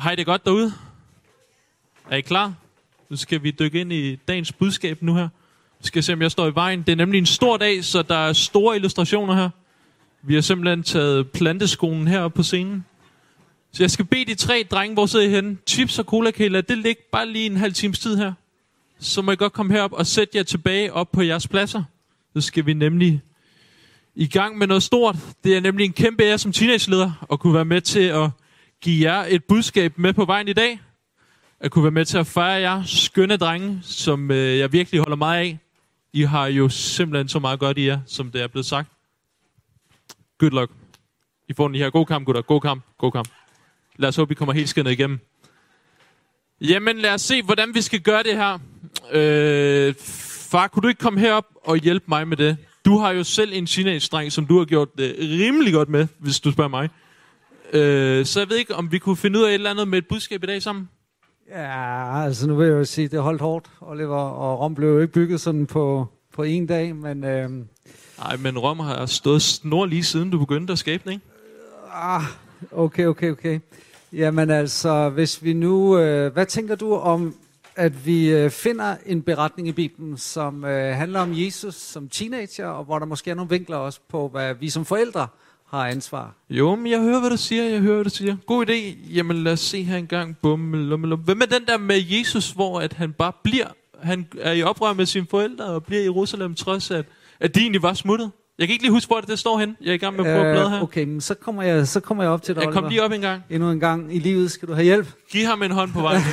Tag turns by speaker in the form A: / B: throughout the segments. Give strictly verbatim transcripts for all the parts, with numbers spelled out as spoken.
A: Hej, det er godt derude. Er I klar? Nu skal vi dykke ind i dagens budskab nu her. Vi skal se, om jeg står i vejen. Det er nemlig en stor dag, så der er store illustrationer her. Vi har simpelthen taget planteskolen heroppe på scenen. Så jeg skal bede de tre drenge, hvor sidder I henne? Chips og cola, kan I lade det ligge bare lige en halv times tid her. Så må I godt komme herop og sætte jer tilbage op på jeres pladser. Så skal vi nemlig i gang med noget stort. Det er nemlig en kæmpe ære som teenageleder at kunne være med til at give jer et budskab med på vejen i dag. At kunne være med til at fejre jer skønne drenge, som øh, jeg virkelig holder meget af. I har jo simpelthen så meget godt i jer, som det er blevet sagt. Good luck. I får den her. God kamp, gutter. God kamp. God kamp. Lad os håbe, I kommer helt skinnet igennem. Jamen, lad os se, hvordan vi skal gøre det her. Øh, far, kunne du ikke komme herop og hjælpe mig med det? Du har jo selv en teenage-dreng, som du har gjort det rimelig godt med, hvis du spørger mig. Øh, så jeg ved ikke, om vi kunne finde ud af et eller andet med et budskab i dag sammen?
B: Ja, altså nu vil jeg jo sige, det holdt hårdt, Oliver, og Rom blev jo ikke bygget sådan på, på en dag, men... Øh...
A: Nej, men Rom har stået snor lige siden du begyndte at skabe den, ikke?
B: Ah, okay, okay, okay. Jamen altså, hvis vi nu... Øh, hvad tænker du om, at vi øh, finder en beretning i Bibelen, som øh, handler om Jesus som teenager, og hvor der måske er nogle vinkler også på, hvad vi som forældre har ansvar?
A: Jo, men jeg hører, hvad du siger. Jeg hører, hvad du siger. God idé. Jamen, lad os se her engang. Bum, lum, lum. Hvad med den der med Jesus, hvor at han bare bliver... Han er i oprør med sine forældre og bliver i Jerusalem, trods at, at de egentlig var smuttet. Jeg kan ikke lige huske, hvor det, det står hen. Jeg er i gang med at prøve at bladre her.
B: Okay, men så kommer jeg, så kommer jeg op til dig,
A: Jeg kom lige op en gang.
B: Endnu en gang i livet skal du have hjælp.
A: Giv ham en hånd på vejen.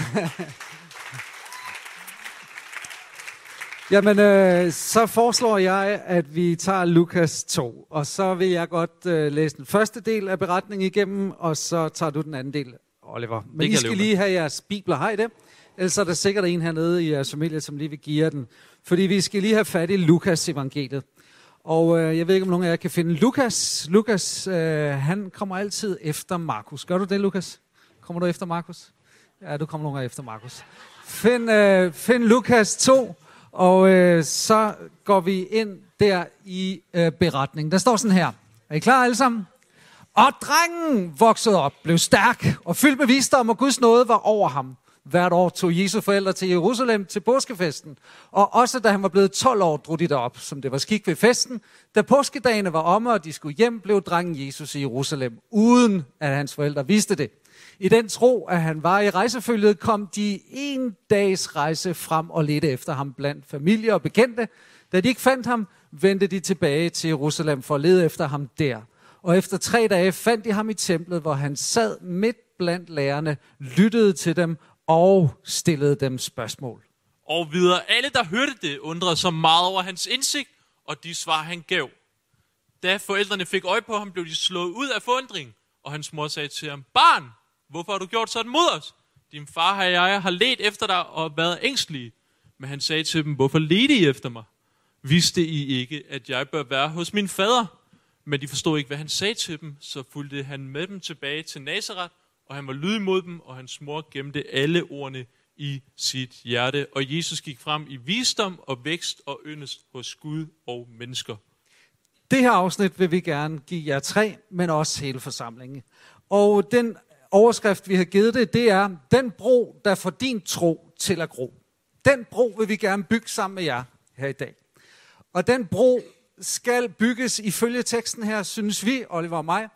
B: Jamen, øh, så foreslår jeg, at vi tager Lukas to, og så vil jeg godt øh, læse den første del af beretningen igennem, og så tager du den anden del, Oliver. Men I skal lige have jeres bibler, har I det? Ellers er der sikkert en hernede i jeres familie, som lige vil give jer den. Fordi vi skal lige have fat i Lukas evangeliet. Og øh, jeg ved ikke, om nogen af jer kan finde Lukas. Lukas, øh, han kommer altid efter Markus. Gør du det, Lukas? Kommer du efter Markus? Ja, du kommer nogle gange efter Markus. Find, øh, find Lukas to. Og øh, så går vi ind der i øh, beretningen. Der står sådan her. Er I klar alle sammen? Og drengen voksede op, blev stærk og fyldt med visdom, og Guds nåde var over ham. Hvert år tog Jesu forældre til Jerusalem til påskefesten. Og også da han var blevet tolv år, drog de derop, som det var skik ved festen. Da påskedagene var omme, og de skulle hjem, blev drengen Jesus i Jerusalem, uden at hans forældre vidste det. I den tro, at han var i rejsefølget, kom de en dags rejse frem og ledte efter ham blandt familie og bekendte. Da de ikke fandt ham, vendte de tilbage til Jerusalem for at lede efter ham der. Og efter tre dage fandt de ham i templet, hvor han sad midt blandt lærerne, lyttede til dem og stillede dem spørgsmål.
A: Og videre, alle der hørte det, undrede sig meget over hans indsigt og de svar han gav. Da forældrene fik øje på ham, blev de slået ud af forundring, og hans mor sagde til ham: Barn, hvorfor har du gjort sådan mod os? Din far og jeg har ledt efter dig og været ængstelige. Men han sagde til dem: Hvorfor ledte I efter mig? Vidste I ikke, at jeg bør være hos min fader? Men de forstod ikke, hvad han sagde til dem, så fulgte han med dem tilbage til Nazaret, og han var lydig mod dem, og hans mor gemte alle ordene i sit hjerte. Og Jesus gik frem i visdom og vækst og yndest hos Gud og mennesker.
B: Det her afsnit vil vi gerne give jer tre, men også hele forsamlingen. Og den overskrift, vi har givet det, det er: den bro, der får din tro til at gro. Den bro vil vi gerne bygge sammen med jer her i dag. Og den bro skal bygges ifølge teksten her, synes vi, Oliver og mig,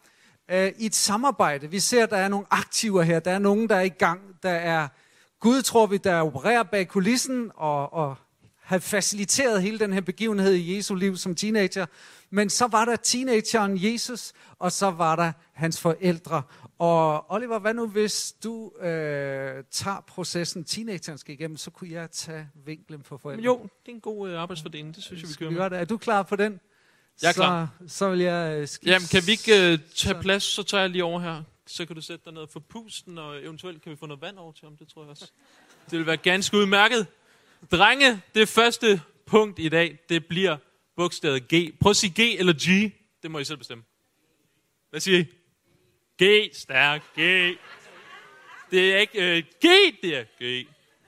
B: i et samarbejde. Vi ser, at der er nogle aktiver her. Der er nogen, der er i gang. Der er Gud, tror vi, der opererer bag kulissen og, og har faciliteret hele den her begivenhed i Jesu liv som teenager. Men så var der teenageren Jesus, og så var der hans forældre. Og Oliver, hvad nu hvis du øh, tager processen, teenageren skal igennem, så kunne jeg tage vinklen for forældre?
A: Jo, det er en god øh, arbejdsfordeling, det synes jeg, vi
B: Skal
A: gør
B: vi
A: med.
B: gøre det? Er du klar på den?
A: Jeg er klar.
B: Så, så vil jeg øh, skifte.
A: Jamen, kan vi ikke øh, tage plads, så tager jeg lige over her. Så kan du sætte dig ned for pusten, og eventuelt kan vi få noget vand over til ham, det tror jeg også. Det vil være ganske udmærket. Drenge, det første punkt i dag, det bliver bogstavet G. Prøv at sige G eller G. Det må I selv bestemme. Hvad siger I? G, stærk, G. Det er ikke øh, G, det er G.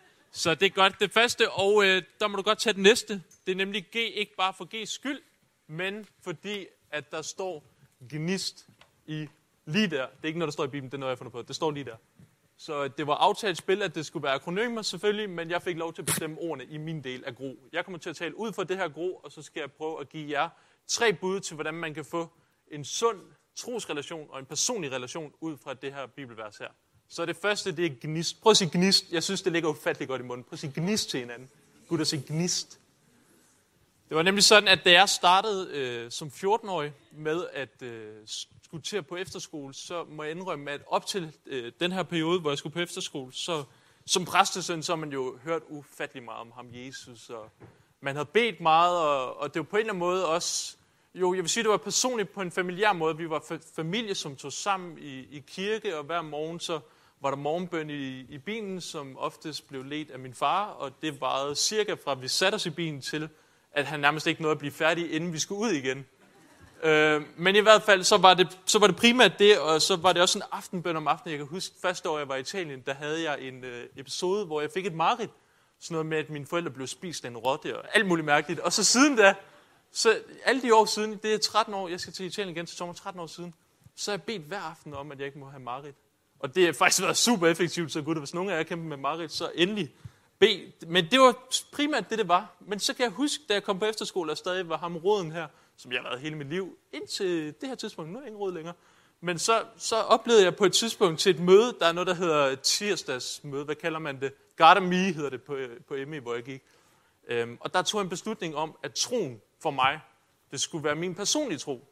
A: Så det er godt det første, og øh, der må du godt tage det næste. Det er nemlig G, ikke bare for G's skyld, men fordi at der står gnist i lige der. Det er ikke noget, der står i Bibelen, det er noget, jeg har fundet på. Det står lige der. Så det var aftalt spil, at det skulle være akronymer selvfølgelig, men jeg fik lov til at bestemme ordene i min del af Gro. Jeg kommer til at tale ud fra det her Gro, og så skal jeg prøve at give jer tre bud til, hvordan man kan få en sund trosrelation og en personlig relation ud fra det her bibelvers her. Så det første, det er gnist. Prøv at sige gnist. Jeg synes, det ligger ufattelig godt i munden. Prøv at sige gnist til hinanden. Gud at sige gnist. Det var nemlig sådan, at da jeg startede øh, som fjorten-årig med at øh, skulle til på efterskole, så må jeg indrømme, at op til øh, den her periode, hvor jeg skulle på efterskole, så som præstesøn, så har man jo hørt ufattelig meget om ham, Jesus, og man havde bedt meget, og, og det var på en eller anden måde også, jo, jeg vil sige, det var personligt på en familiær måde. Vi var familie, som tog sammen i, i kirke, og hver morgen så var der morgenbøn i, i bilen, som oftest blev ledt af min far, og det varede cirka fra, vi satte os i bilen til, at han nærmest ikke nåede at blive færdig, inden vi skulle ud igen. Øh, men i hvert fald, så var, det, så var det primært det, og så var det også en aftenbøn om aftenen. Jeg kan huske, første år jeg var i Italien, der havde jeg en øh, episode, hvor jeg fik et mareridt. Sådan noget med, at mine forældre blev spist af en rotte, og alt muligt mærkeligt. Og så siden da, så alle de år siden, det er tretten år, jeg skal til Italien igen til sommer, tretten år siden, så har jeg bedt hver aften om, at jeg ikke må have mareridt. Og det har faktisk været super effektivt, så gud, hvis nogen af jer kæmper med mareridt, så endelig bed. Men det var primært det, det var. Men så kan jeg huske, da jeg kom på efterskole, og stadig var ham råden her, som jeg har været hele mit liv, indtil det her tidspunkt, nu er jeg ingen råd længere. Men så, så oplevede jeg på et tidspunkt til et møde, der er noget, der hedder tirsdagsmøde, hvad kalder man det? God of Me hedder det på, på M E, hvor jeg gik. Øhm, og der tog jeg en beslutning om, at troen for mig, det skulle være min personlige tro.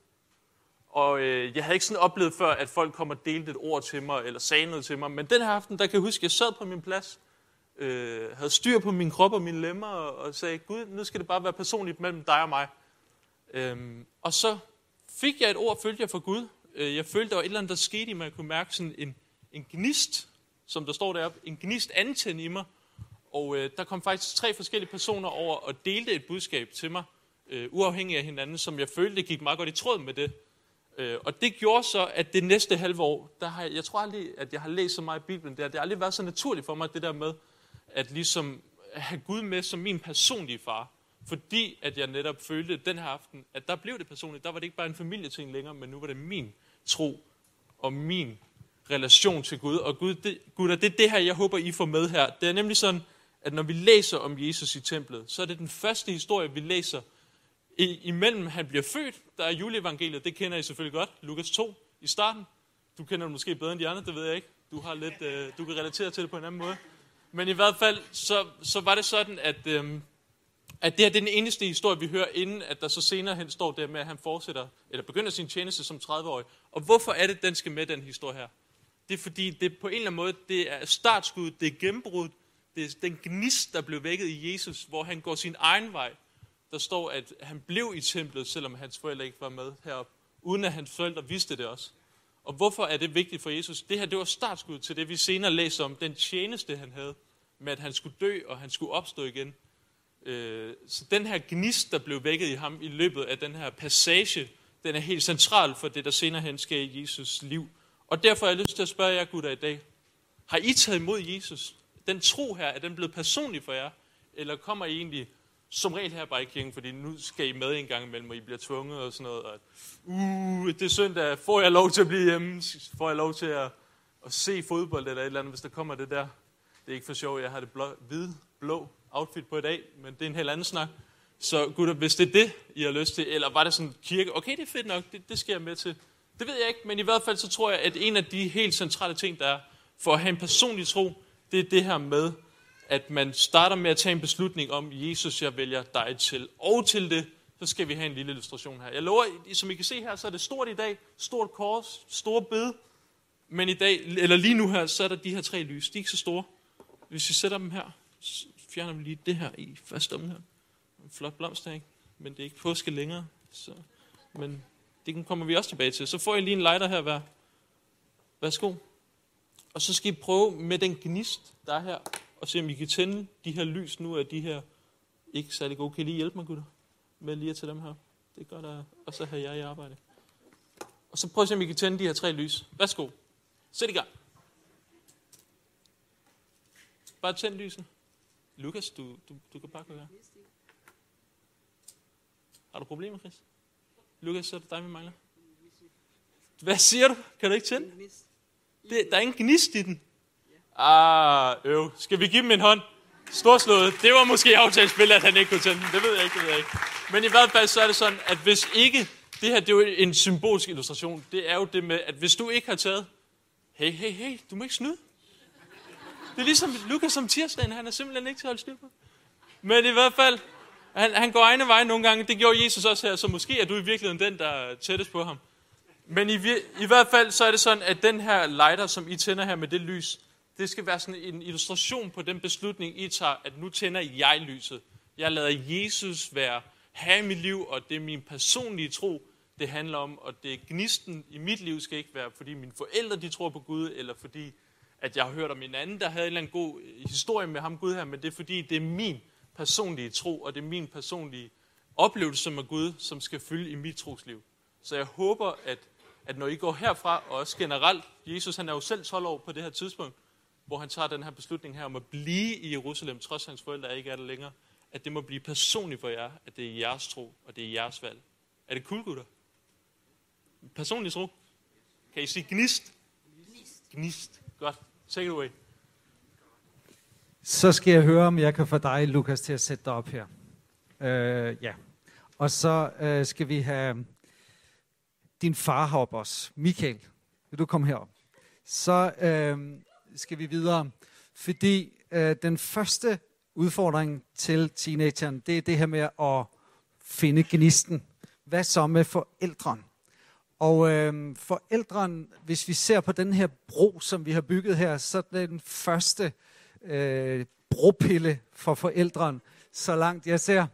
A: Og øh, jeg havde ikke sådan oplevet før, at folk kom og delte et ord til mig, eller sagde noget til mig. Men den her aften, der kan jeg huske, at jeg sad på min plads, øh, havde styr på min krop og mine lemmer, og, og sagde, Gud, nu skal det bare være personligt mellem dig og mig. Øhm, og så fik jeg et ord, følte jeg fra Gud. Øh, jeg følte, der var et eller andet, der skete i mig. Jeg kunne mærke sådan en, en gnist, som der står deroppe, en gnist antænde i mig. Og øh, der kom faktisk tre forskellige personer over og delte et budskab til mig, øh, uafhængig af hinanden, som jeg følte, det gik meget godt i tråd med det. Øh, og det gjorde så, at det næste halve år, der har jeg, jeg tror aldrig, at jeg har læst så meget i Bibelen. Det har, det har aldrig været så naturligt for mig, det der med, at ligesom have Gud med som min personlige far. Fordi at jeg netop følte den her aften, at der blev det personligt. Der var det ikke bare en familieting længere, men nu var det min tro og min relation til Gud. Og Gud, det, Gud, det er det her, jeg håber, I får med her. Det er nemlig sådan, at når vi læser om Jesus i templet, så er det den første historie, vi læser. I, imellem han bliver født, der er juleevangeliet, det kender I selvfølgelig godt, Lukas to i starten. Du kender det måske bedre end de andre, det ved jeg ikke. Du, har lidt, øh, du kan relatere til det på en anden måde. Men i hvert fald, så, så var det sådan, at, øh, at det her det er den eneste historie, vi hører, inden at der så senere hen står der med, at han fortsætter, eller begynder sin tjeneste som tredive-årig. Og hvorfor er det, den skal med, den historie her? Det er fordi, det på en eller anden måde, det er startskud, det er gennembrud, det er den gnist, der blev vækket i Jesus, hvor han går sin egen vej. Der står, at han blev i templet, selvom hans forældre ikke var med heroppe, uden at hans forældre vidste det også. Og hvorfor er det vigtigt for Jesus? Det her, det var startskud til det, vi senere læser om, den tjeneste, han havde, med at han skulle dø, og han skulle opstå igen. Så den her gnist, der blev vækket i ham i løbet af den her passage, den er helt central for det, der senere hen sker i Jesus liv. Og derfor har jeg lyst til at spørge jer, gutter, i dag. Har I taget imod Jesus? Den tro her, er den blevet personlig for jer? Eller kommer I egentlig som regel her bare i kirken, fordi nu skal I med en gang imellem, og I bliver tvunget og sådan noget. Og, uh, det er søndag, får jeg lov til at blive hjemme? Får jeg lov til at, at se fodbold eller et eller andet, hvis der kommer det der? Det er ikke for sjov, jeg har det blå, hvide, blå outfit på i dag, men det er en helt anden snak. Så gutter, hvis det er det, I har lyst til, eller var det sådan kirke, okay, det er fedt nok, det, det skal jeg med til. Det ved jeg ikke, men i hvert fald så tror jeg, at en af de helt centrale ting, der er for at have en personlig tro, det er det her med, at man starter med at tage en beslutning om, Jesus, jeg vælger dig til. Og til det, så skal vi have en lille illustration her. Jeg lover, som I kan se her, så er det stort i dag, stort kors, store bed. Men i dag, eller lige nu her, så er der de her tre lys. De er ikke så store. Hvis vi sætter dem her, så fjerner vi lige det her i første omgang. En flot blomst her, ikke? Men det er ikke påske længere. Så. Men det kommer vi også tilbage til. Så får I lige en lighter her hver. Værsgo. Og så skal I prøve med den gnist, der er her, og se om I kan tænde de her lys nu af de her ikke særlig gode. Kan I lige hjælpe mig, gutter, med lige at tage dem her? Det gør der, og så har jeg i arbejde. Og så prøv at se, om I kan tænde de her tre lys. Værsgo. Sæt i gang. Bare tænd lyset. Lukas, du, du, du kan bare gå her. Har du problemer, Chris? Lukas, så er det dig, vi mangler. Hvad siger du? Kan du ikke tænde? Det, der er ingen gnist i den. Ah, øv. Skal vi give dem en hånd? Storslået. Det var måske aftalespil, at han ikke kunne tænde den. Det ved jeg ikke, det ved jeg ikke. Men i hvert fald så er det sådan, at hvis ikke... Det her, det er jo en symbolsk illustration. Det er jo det med, at hvis du ikke har taget... Hey, hey, hey, du må ikke snyde. Det er ligesom Lukas om tirsdagen. Han er simpelthen ikke til at holde styr på. Men i hvert fald... Han, han går egne veje nogle gange. Det gjorde Jesus også her, så måske er du i virkeligheden den, der er tættest på ham. Men i, i hvert fald så er det sådan, at den her lighter, som I tænder her med det lys, det skal være sådan en illustration på den beslutning, I tager, at nu tænder jeg lyset. Jeg lader Jesus være herre i mit liv, og det er min personlige tro, det handler om. Og det er gnisten i mit liv skal ikke være, fordi mine forældre de tror på Gud, eller fordi at jeg har hørt om en anden, der havde en eller anden god historie med ham Gud her, men det er fordi, det er min personlige tro, og det er min personlige oplevelse med Gud, som skal fylde i mit trosliv. Så jeg håber, at, at når I går herfra, og også generelt, Jesus han er jo selv tolv år på det her tidspunkt, hvor han tager den her beslutning her om at blive i Jerusalem, trods hans forældre ikke er der længere, at det må blive personligt for jer, at det er jeres tro, og det er jeres valg. Er det cool, gutter? Personlig tro? Kan I sige gnist? Gnist. Gnist. Godt. Take it away.
B: Så skal jeg høre, om jeg kan få dig, Lukas, til at sætte dig op her. Øh, ja. Og så øh, skal vi have din far heroppe også. Michael, vil du komme herop? Så øh, skal vi videre. Fordi øh, den første udfordring til teenageren, det er det her med at finde gnisten. Hvad så med forældrene? Og øh, forældrene, hvis vi ser på den her bro, som vi har bygget her, så er den første øh, bropille for forældrene, så langt jeg ser.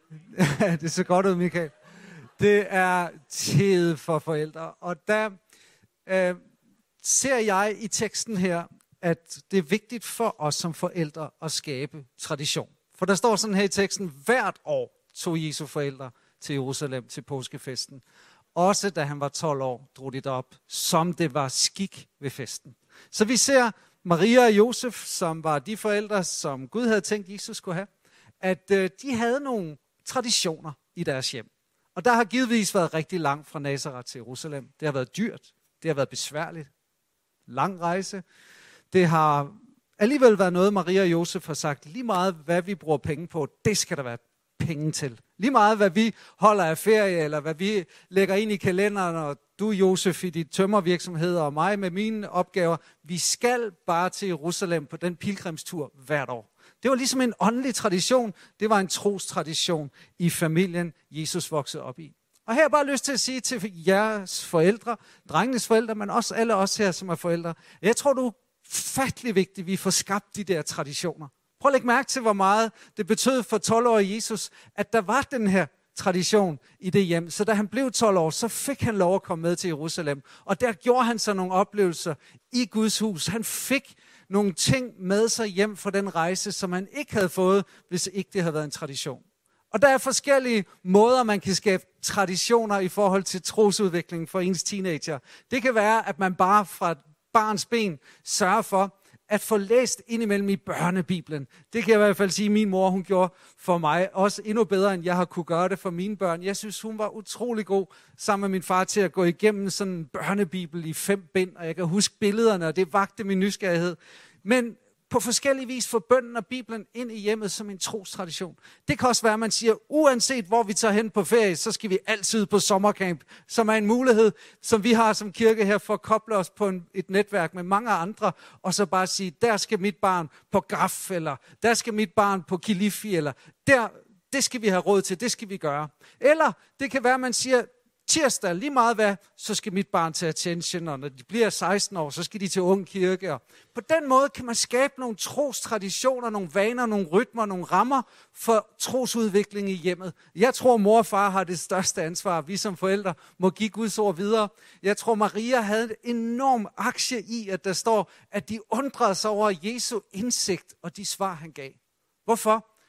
B: Det ser godt ud, Michael. Det er tid for forældre. Og der øh, ser jeg i teksten her, at det er vigtigt for os som forældre at skabe tradition. For der står sådan her i teksten, hvert år tog Jesu forældre til Jerusalem til påskefesten. Også da han var tolv år, drog de derop, som det var skik ved festen. Så vi ser Maria og Josef, som var de forældre, som Gud havde tænkt, Jesus skulle have, at øh, de havde nogle traditioner i deres hjem. Og der har givetvis været rigtig langt fra Nazareth til Jerusalem. Det har været dyrt, det har været besværligt, lang rejse. Det har alligevel været noget, Maria og Josef har sagt, lige meget hvad vi bruger penge på, det skal der være penge til. Lige meget hvad vi holder af ferie, eller hvad vi lægger ind i kalenderen, og du, Josef, i dit tømmervirksomhed, og mig med mine opgaver, vi skal bare til Jerusalem på den pilgrimstur hvert år. Det var ligesom en åndelig tradition, det var en trostradition i familien, Jesus voksede op i. Og her har jeg bare lyst til at sige til jeres forældre, drengenes forældre, men også alle os her, som er forældre, jeg tror, du er fattelig vigtigt, at vi får skabt de der traditioner. Prøv at lægge mærke til, hvor meget det betød for tolv-årige Jesus, at der var den her tradition i det hjem. Så da han blev tolv år, så fik han lov at komme med til Jerusalem. Og der gjorde han så nogle oplevelser i Guds hus. Han fik nogle ting med sig hjem fra den rejse, som han ikke havde fået, hvis ikke det havde været en tradition. Og der er forskellige måder, man kan skabe traditioner i forhold til trosudvikling for ens teenager. Det kan være, at man bare fra barns ben sørger for, at få læst indimellem i børnebiblen. Det kan jeg i hvert fald sige, at min mor hun gjorde for mig. Også endnu bedre, end jeg har kunne gøre det for mine børn. Jeg synes, hun var utrolig god sammen med min far til at gå igennem sådan en børnebibel i fem bind. Og jeg kan huske billederne, og det vagte min nysgerrighed. Men på forskellige vis få bønnen og Bibelen ind i hjemmet som en trostradition. Det kan også være, at man siger, uanset hvor vi tager hen på ferie, så skal vi altid på sommercamp, som er en mulighed, som vi har som kirke her, for at koble os på en, et netværk med mange andre, og så bare sige, der skal mit barn på Graf, eller der skal mit barn på Kilifi, eller der, det skal vi have råd til, det skal vi gøre. Eller det kan være, at man siger, tirsdag, lige meget hvad, så skal mit barn til attention, og når de bliver seksten år, så skal de til ung kirke. Og på den måde kan man skabe nogle trostraditioner, nogle vaner, nogle rytmer, nogle rammer for trosudvikling i hjemmet. Jeg tror, mor og far har det største ansvar. Vi som forældre må give Guds ord videre. Jeg tror, Maria havde en enorm aktie i, at der står, at de undrede sig over Jesu indsigt og de svar, han gav. Hvorfor?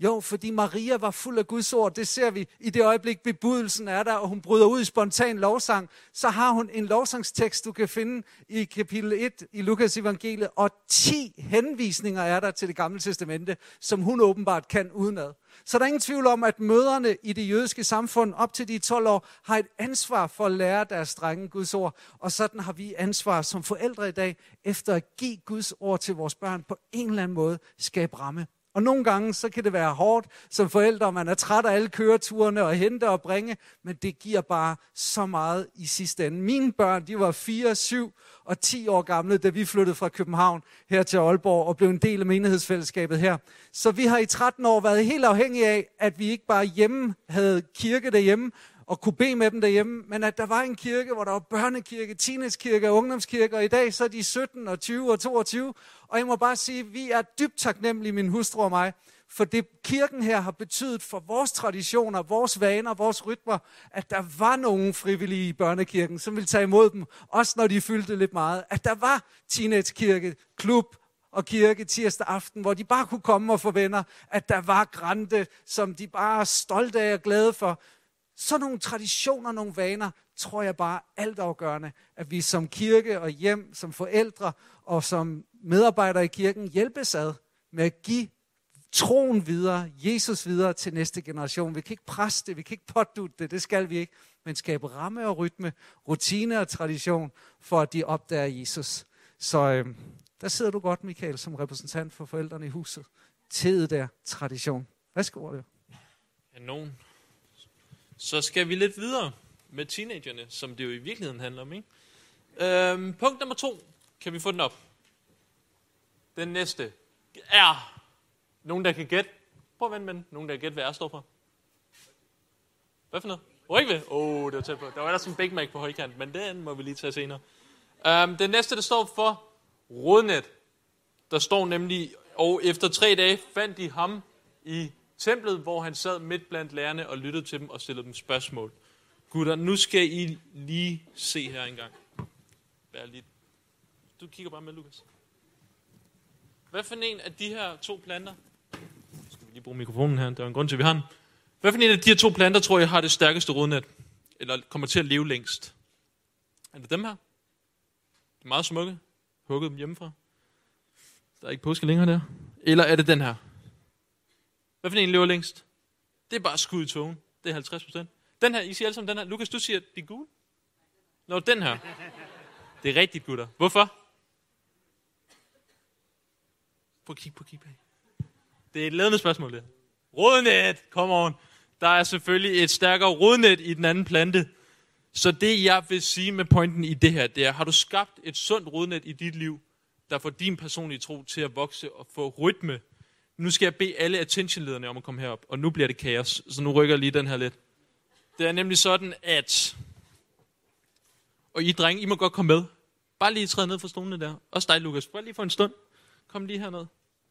B: Jo, fordi Maria var fuld af Guds ord. Det ser vi i det øjeblik, bebudelsen er der, og hun bryder ud i spontan lovsang. Så har hun en lovsangstekst, du kan finde i kapitel et i Lukas evangeliet, og ti henvisninger er der til det gamle testamente, som hun åbenbart kan udenad. Så der er ingen tvivl om, at mødrene i det jødiske samfund op til de tolv år har et ansvar for at lære deres drenge Guds ord. Og sådan har vi ansvar som forældre i dag, efter at give Guds ord til vores børn på en eller anden måde, skabe ramme. Og nogle gange, så kan det være hårdt som forældre, man er træt af alle køreturene og hente og bringe, men det giver bare så meget i sidste ende. Mine børn, de var fire, syv og ti år gamle, da vi flyttede fra København her til Aalborg og blev en del af menighedsfællesskabet her. Så vi har i tretten år været helt afhængige af, at vi ikke bare hjemme havde kirke derhjemme, og kunne bede med dem derhjemme, men at der var en kirke, hvor der var børnekirke, teenagekirke og ungdomskirke, og i dag så er de sytten og tyve og toogtyve, og jeg må bare sige, at vi er dybt taknemmelige, min hustru og mig, for det kirken her har betydet for vores traditioner, vores vaner, vores rytmer, at der var nogen frivillige i børnekirken, som ville tage imod dem, også når de fyldte lidt meget, at der var teenagekirke, klub og kirke tirsdag aften, hvor de bare kunne komme og få venner, at der var grante, som de bare er stolte af og glade for. Så nogle traditioner, nogle vaner, tror jeg bare altafgørende, at vi som kirke og hjem, som forældre og som medarbejdere i kirken hjælpes ad med at give troen videre, Jesus videre til næste generation. Vi kan ikke presse det, vi kan ikke pådutte det, det skal vi ikke, men skabe ramme og rytme, rutine og tradition, for at de opdager Jesus. Så øh, der sidder du godt, Michael, som repræsentant for forældrene i huset. Tid der, tradition. Værsgo, Oliver.
A: Ja, nogen. Så skal vi lidt videre med teenagerne, som det jo i virkeligheden handler om, ikke? Øhm, punkt nummer to. Kan vi få den op? Den næste er nogen, der kan gætte. Prøv at vente med den. Nogen, der kan gætte, hvad R står for. Hvad for noget? Rygve? Åh, oh, det var tæt på. Der var der som Big Mac på højkant, men den må vi lige tage senere. Øhm, den næste, der står for rodnet. Der står nemlig, og efter tre dage fandt de ham i templet, hvor han sad midt blandt lærerne og lyttede til dem og stillede dem spørgsmål. Gutter, nu skal I lige se her engang. Vær lige. Du kigger bare med, Lukas. Hvad for en af de her to planter? Skal vi lige bruge mikrofonen her? Der er en grund til, at vi har den. Hvad for en af de her to planter, tror jeg, har det stærkeste rodnet? Eller kommer til at leve længst? Er det dem her? De er meget smukke. Hugget dem hjemmefra. Der er ikke påske længere der. Eller er det den her? Hvad for en lever længst? Det er bare skud i togen. Det er halvtreds procent. Den her, I siger alle sammen den her. Lukas, du siger, at de er gule? Nå, den her. Det er rigtigt, gutter. Hvorfor? Prøv at kigge på, kig bag. Det er et ledende spørgsmål, det. Rodnet, come on. Der er selvfølgelig et stærkere rodnet i den anden plante. Så det, jeg vil sige med pointen i det her, det er, har du skabt et sundt rodnet i dit liv, der får din personlige tro til at vokse og få rytme. Nu skal jeg bede alle attentionlederne om at komme herop, og nu bliver det kaos, så nu rykker jeg lige den her lidt. Det er nemlig sådan, at... Og I drenge, I må godt komme med. Bare lige træde ned fra stolene der. Også dig, Lukas. Bare lige for en stund. Kom lige herned.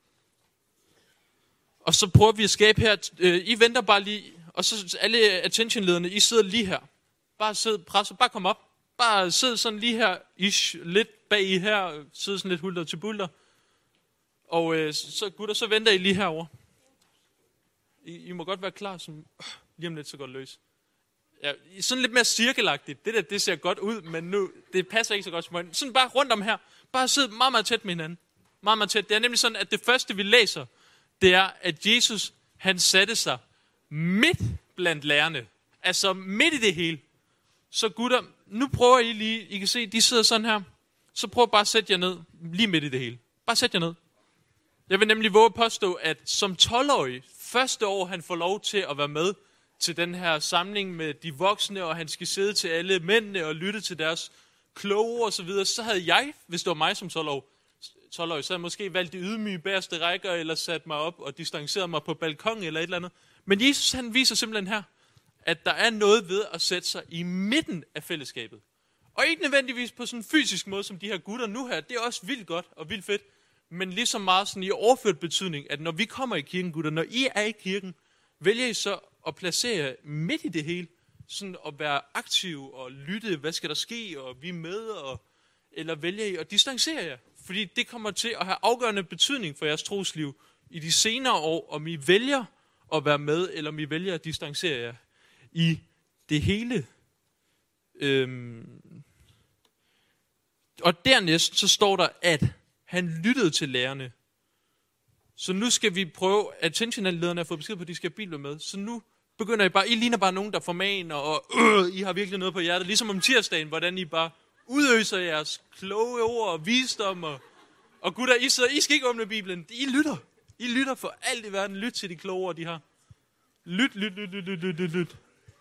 A: Og så prøver vi at skabe her. I venter bare lige. Og så alle attentionlederne, I sidder lige her. Bare sid, pres, bare kom op. Bare sid sådan lige her. Ish, lidt bag I her. Sid sådan lidt hulter til bulter. Og øh, så gutter, så venter I lige herover. I, I må godt være klar, som øh, lige om lidt så går det løs. Ja, sådan lidt mere cirkelagtigt. Det der, det ser godt ud, men nu, det passer ikke så godt til mig. Sådan bare rundt om her. Bare sidde meget, meget tæt med hinanden. Meget, meget tæt. Det er nemlig sådan, at det første, vi læser, det er, at Jesus, han satte sig midt blandt lærerne. Altså midt i det hele. Så gutter, nu prøver I lige, I kan se, de sidder sådan her. Så prøv bare at sætte jer ned, lige midt i det hele. Bare sæt jer ned. Jeg vil nemlig våge at påstå, at som tolv-årig, første år han får lov til at være med til den her samling med de voksne, og han skal sidde til alle mændene og lytte til deres kloge og så videre, så havde jeg, hvis det var mig som tolv-årig, tolv-årig, så havde jeg måske valgt de ydmyge bagerste rækker, eller sat mig op og distanceret mig på balkon eller et eller andet. Men Jesus, han viser simpelthen her, at der er noget ved at sætte sig i midten af fællesskabet. Og ikke nødvendigvis på sådan en fysisk måde, som de her gutter nu her. Det er også vildt godt og vildt fedt. Men lige så meget sådan i overført betydning, at når vi kommer i kirken, gutter, når I er i kirken, vælger I så at placere jer midt i det hele. Sådan at være aktiv og lytte, hvad skal der ske, og vi er med, og, eller vælger I at distancere jer. Fordi det kommer til at have afgørende betydning for jeres trosliv i de senere år, om I vælger at være med, eller om I vælger at distancere jer i det hele. Øhm. Og dernæst så står der, at han lyttede til lærerne. Så nu skal vi prøve, at attention-lederne har fået besked på, at de skal have Bibelen med. Så nu begynder I bare, I ligner bare nogen, der formaner, og øh, I har virkelig noget på hjertet. Ligesom om tirsdagen, hvordan I bare udøser jeres kloge ord og visdom. Og, og gutter, I, sidder, I skal ikke åbne Bibelen. I lytter. I lytter for alt i verden. Lyt til de kloge ord, de har. Lyt, lyt, lyt, lyt, lyt, lyt, lyt.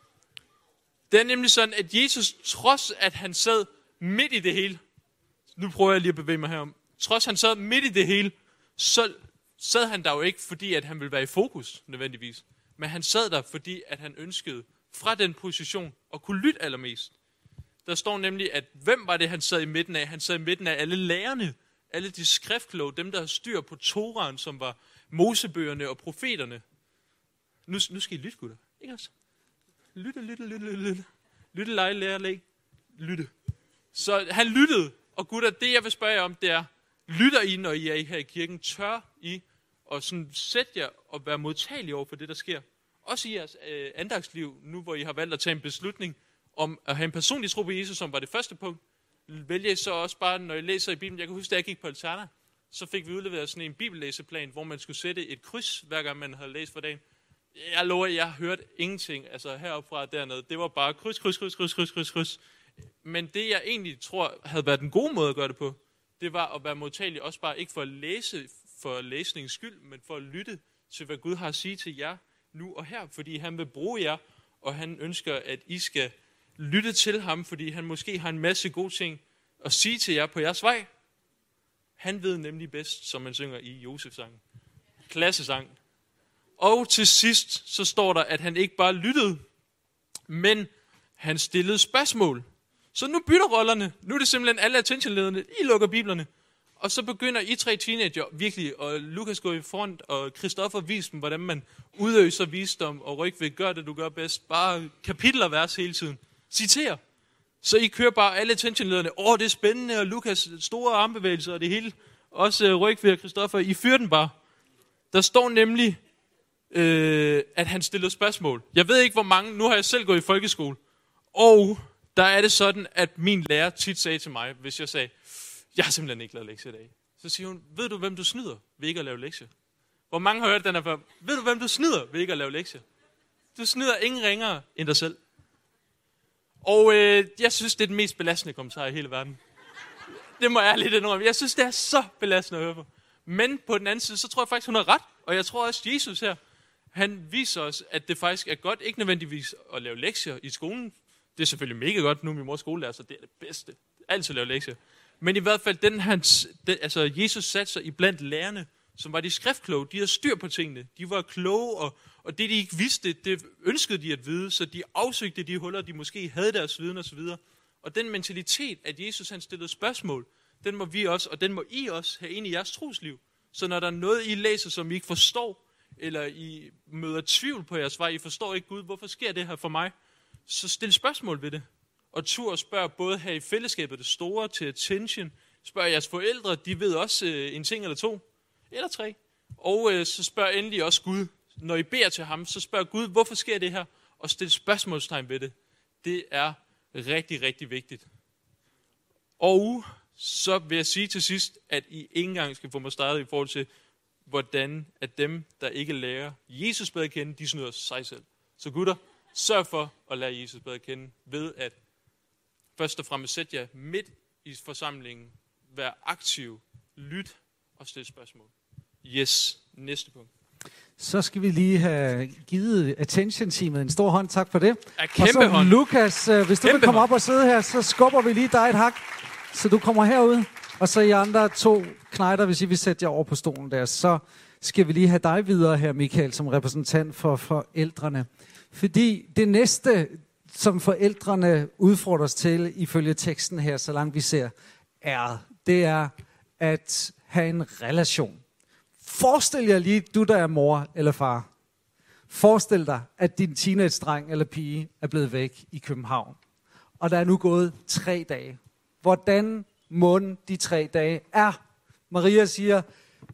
A: Det er nemlig sådan, at Jesus, trods at han sad midt i det hele, nu prøver jeg lige at bevæge mig herom, trods han sad midt i det hele, så sad han der jo ikke, fordi at han ville være i fokus, nødvendigvis. Men han sad der, fordi at han ønskede fra den position at kunne lytte allermest. Der står nemlig, at hvem var det, han sad i midten af? Han sad i midten af alle lærerne, alle de skriftkloge, dem der har styr på Toraen, som var Mosebøgerne og profeterne. Nu, nu skal I lytte, gutter. Ikke også? Lytte, lytte, lytte, lytte, lytte. Lytte, lege, lære, læg. Lytte. Så han lyttede. Og gutter, det jeg vil spørge jer om, det er, lytter I, når I er her i kirken? Tør I at sådan sætte jer og være modtagelige over for det, der sker? Også i jeres øh, andagsliv, nu hvor I har valgt at tage en beslutning om at have en personlig tro på Jesus, som var det første punkt. Vælger I så også bare, når I læser i Bibelen, jeg kan huske, da jeg gik på Alterna, så fik vi udleveret sådan en bibellæseplan, hvor man skulle sætte et kryds, hver gang man havde læst for dagen. Jeg lover, jeg har hørt ingenting, altså heroppe fra dernede. Det var bare kryds, kryds, kryds, kryds, kryds, kryds, kryds. Men det, jeg egentlig tror, havde været den gode måde at gøre det på, det var at være modtagelig, også bare ikke for at læse for læsningens skyld, men for at lytte til, hvad Gud har at sige til jer nu og her, fordi han vil bruge jer, og han ønsker, at I skal lytte til ham, fordi han måske har en masse gode ting at sige til jer på jeres vej. Han ved nemlig bedst, som man synger i Josef-sangen. Klassesang. Og til sidst, så står der, at han ikke bare lyttede, men han stillede spørgsmål. Så nu bytter rollerne. Nu er det simpelthen alle attention-lederne. I lukker biblerne. Og så begynder I tre teenager virkelig, og Lukas går i front, og Christoffer viser dem, hvordan man udøser visdom, og Rygvik gør det, du gør bedst. Bare kapitel og vers hele tiden. Citer. Så I kører bare alle attention-lederne. Åh, det er spændende, og Lukas store armbevægelser, og det hele. Også Rygvik og Christoffer, I fyrer den bare. Der står nemlig, øh, at han stillede spørgsmål. Jeg ved ikke, hvor mange. Nu har jeg selv gået i folkeskole. Og der er det sådan, at min lærer tit sagde til mig, hvis jeg sagde, jeg har simpelthen ikke lavet lektier i dag. Så siger hun, ved du, hvem du snyder ved ikke at lave lektier? Hvor mange har hørt den her før? Ved du, hvem du snyder ved ikke at lave lektier? Du snyder ingen ringere end dig selv. Og øh, jeg synes, det er den mest belastende kommentar i hele verden. Det må jeg lidt indrømme. Jeg synes, det er så belastende at høre på. Men på den anden side, så tror jeg faktisk, hun har ret. Og jeg tror også, Jesus her, han viser os, at det faktisk er godt, ikke nødvendigvis at lave lektier i skolen. Det er selvfølgelig mega godt, nu er min mor skolelærer, så det er det bedste. Altid lave lektier. Men i hvert fald, den, hans, den, altså Jesus satte sig i blandt lærerne, som var de skriftkloge. De havde styr på tingene. De var kloge, og, og det de ikke vidste, det ønskede de at vide, så de afsøgte de huller, de måske havde deres viden osv. Og den mentalitet, at Jesus han stillede spørgsmål, den må vi også, og den må I også have ind i jeres trosliv. Så når der er noget, I læser, som I ikke forstår, eller I møder tvivl på jeres vej, I forstår ikke Gud, hvorfor sker det her for mig? Så stil spørgsmål ved det. Og tur og spørg både her i fællesskabet, det store, til attention. Spørg jeres forældre, de ved også øh, en ting eller to, eller tre. Og øh, så spørg endelig også Gud. Når I beder til ham, så spørg Gud, hvorfor sker det her? Og stil spørgsmålstegn ved det. Det er rigtig, rigtig vigtigt. Og så vil jeg sige til sidst, at I ikke engang skal få mig startet i forhold til, hvordan at dem, der ikke lærer Jesus bedre at kende, de snyder sig selv. Så gutter, sørg for at lære Jesus bedre at kende ved at først og fremmest sætte jer midt i forsamlingen, vær aktiv, lyt og stille spørgsmål. Yes, næste punkt.
B: Så skal vi lige have givet attention-teamet en stor hånd. Tak for det.
A: Ja, kæmpe og så
B: hånd. Lukas, hvis du
A: kæmpe
B: vil komme
A: hånd.
B: op og sidde her, så skubber vi lige dig et hak, så du kommer herud. Og så I andre to knejder, hvis I vil sætte jer over på stolen der, så skal vi lige have dig videre her, Michael, som repræsentant for forældrene. Fordi det næste, som forældrene udfordres til, ifølge teksten her, så langt vi ser, er, det er at have en relation. Forestil jer lige, du der er mor eller far. Forestil dig, at din teenage-dreng eller pige er blevet væk i København. Og der er nu gået tre dage. Hvordan måden de tre dage er? Maria siger,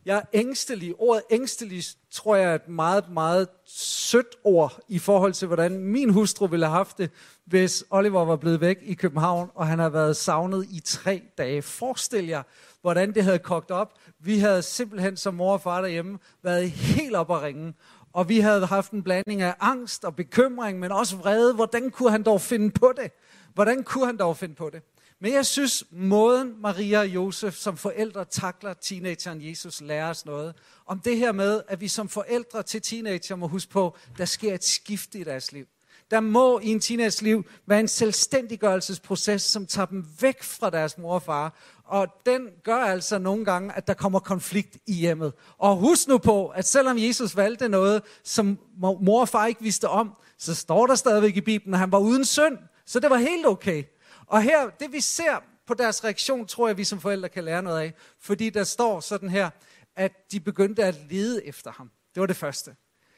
B: Jeg er ængstelig. Ordet ængstelig, tror jeg, er et meget, meget sødt ord i forhold til, hvordan min hustru ville have haft det, hvis Oliver var blevet væk i København, og han har været savnet i tre dage. Forestil jer, hvordan det havde kogt op. Vi havde simpelthen som mor og far derhjemme været helt op at ringe. Og vi havde haft en blanding af angst og bekymring, men også vrede. Hvordan kunne han dog finde på det? Hvordan kunne han dog finde på det? Men jeg synes, måden Maria og Josef som forældre takler teenageren Jesus lærer os noget. Om det her med, at vi som forældre til teenager må huske på, der sker et skift i deres liv. Der må i en teenagers liv være en selvstændiggørelsesproces, som tager dem væk fra deres mor og far. Og den gør altså nogle gange, at der kommer konflikt i hjemmet. Og husk nu på, at selvom Jesus valgte noget, som mor og far ikke vidste om, så står der stadigvæk i Bibelen, at han var uden synd. Så det var helt okay. Og her, det vi ser på deres reaktion, tror jeg, vi som forældre kan lære noget af. Fordi der står sådan her, at de begyndte at lede efter ham. Det var det første.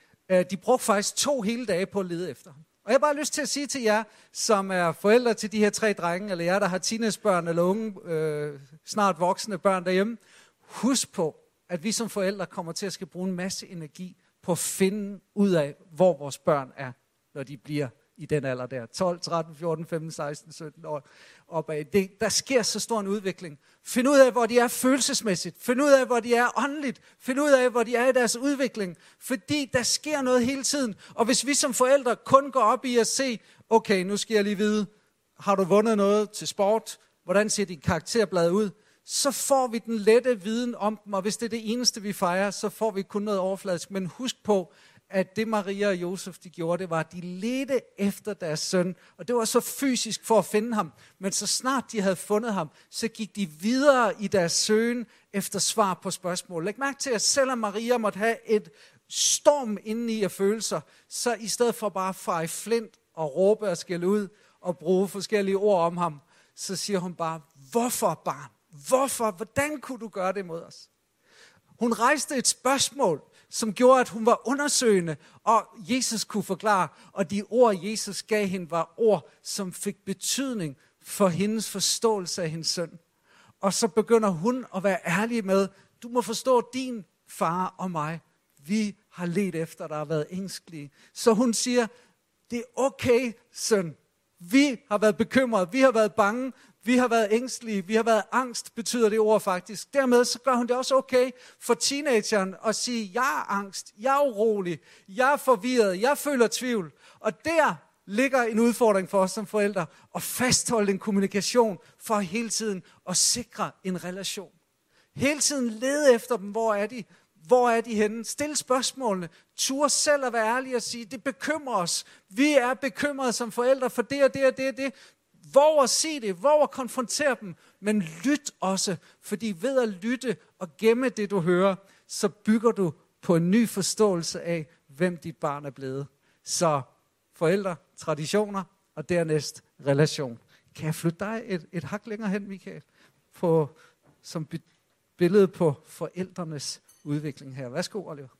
B: De brugte faktisk to hele dage på at lede efter ham. Og jeg har bare lyst til at sige til jer, som er forældre til de her tre drenge, eller jer, der har teenagebørn eller unge, øh, snart voksne børn derhjemme, husk på, at vi som forældre kommer til at skal bruge en masse energi på at finde ud af, hvor vores børn er, når de bliver i den alder der. tolv, tretten, fjorten, femten, seksten, sytten år opad. Det, der sker så stor en udvikling. Find ud af, hvor de er følelsesmæssigt. Find ud af, hvor de er åndeligt. Find ud af, hvor de er i deres udvikling. Fordi der sker noget hele tiden. Og hvis vi som forældre kun går op i at se, okay, nu skal jeg lige vide, har du vundet noget til sport? Hvordan ser dit karakterblad ud? Så får vi den lette viden om dem, og hvis det er det eneste, vi fejrer, så får vi kun noget overfladisk. Men husk på, at det Maria og Josef de gjorde, det var, at de ledte efter deres søn. Og det var så fysisk for at finde ham. Men så snart de havde fundet ham, så gik de videre i deres søgen efter svar på spørgsmål. Læg mærke til, at selvom Maria måtte have et storm indeni af følelser, så i stedet for bare at fare i flint og råbe og skælde ud og bruge forskellige ord om ham, så siger hun bare, hvorfor barn? Hvorfor? Hvordan kunne du gøre det mod os? Hun rejste et spørgsmål, som gjorde, at hun var undersøgende, og Jesus kunne forklare, og de ord, Jesus gav hende, var ord, som fik betydning for hendes forståelse af hendes søn. Og så begynder hun at være ærlig med, du må forstå din far og mig. Vi har ledt efter, der har været ængstelige. Så hun siger, det er okay, søn. Vi har været bekymrede, vi har været bange, vi har været ængstelige, vi har været angst, betyder det ord faktisk. Dermed så gør hun det også okay for teenageren at sige, jeg er angst, jeg er urolig, jeg er forvirret, jeg føler tvivl. Og der ligger en udfordring for os som forældre, at fastholde en kommunikation for hele tiden at sikre en relation. Hele tiden lede efter dem, hvor er de? Hvor er de henne? Stil spørgsmålene. Tur selv at være ærlig og sige, det bekymrer os. Vi er bekymrede som forældre for det og det og det og det. Våg at sige det, våg at konfrontere dem, men lyt også, fordi ved at lytte og gemme det, du hører, så bygger du på en ny forståelse af, hvem dit barn er blevet. Så forældre, traditioner og dernæst relation. Kan jeg flytte dig et, et hak længere hen, Michael, på, som billede på forældrenes udvikling her. Værsgo, Oliver.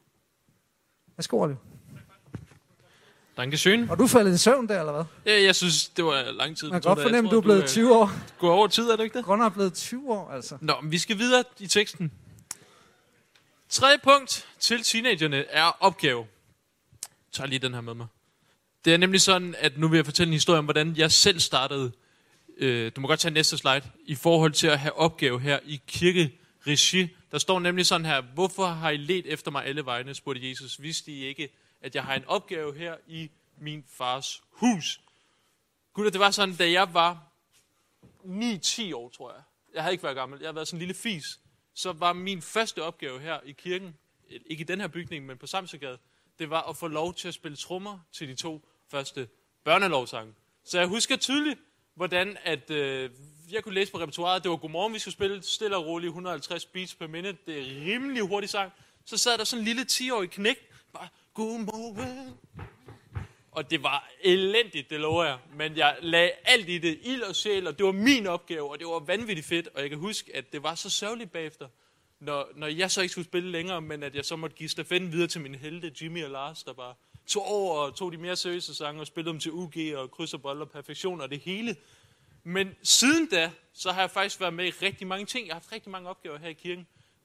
B: Værsgo, Oliver.
A: Dankeschön.
B: Og du faldet i søvn der, eller hvad?
A: Ja, jeg synes, det var lang tid.
B: Man kan godt fornemme, at du er blevet tyve år.
A: Gå over tid, er det ikke det?
B: Grønner er blevet tyve år, altså.
A: Nå, men vi skal videre i teksten. Tredje punkt til teenagerne er opgave. Jeg tager lige den her med mig. Det er nemlig sådan, at nu vil jeg fortælle en historie om, hvordan jeg selv startede. Øh, du må godt tage næste slide. I forhold til at have opgave her i kirkeregi. Der står nemlig sådan her, hvorfor har I ledt efter mig alle vegne, spurgte Jesus. Vidste I ikke, at jeg har en opgave her i min fars hus? Gud, det var sådan, da jeg var ni ti år, tror jeg. Jeg havde ikke været gammel. Jeg havde været sådan en lille fis. Så var min første opgave her i kirken, ikke i den her bygning, men på Samsøgade, det var at få lov til at spille trommer til de to første børnelovsange. Så jeg husker tydeligt, hvordan at, øh, jeg kunne læse på repertoiret, det var Godmorgen, vi skulle spille stille og roligt, et hundrede og halvtreds beats per minute. Det er rimelig hurtig sang. Så sad der sådan en lille ti-årig knæk, bare, Godmorgen. Og det var elendigt, det lover jeg. Men jeg lagde alt i det, ild og sjæl, og det var min opgave, og det var vanvittigt fedt. Og jeg kan huske, at det var så sørgeligt bagefter, når, når jeg så ikke skulle spille længere, men at jeg så måtte give stafetten videre til mine helte, Jimmy og Lars, der bare tog over og tog de mere seriøse sange og spillede dem til U G og kryds og bold og perfektion og det hele. Men siden da, så har jeg faktisk været med i rigtig mange ting. Jeg har haft rigtig mange opgaver her i kirken.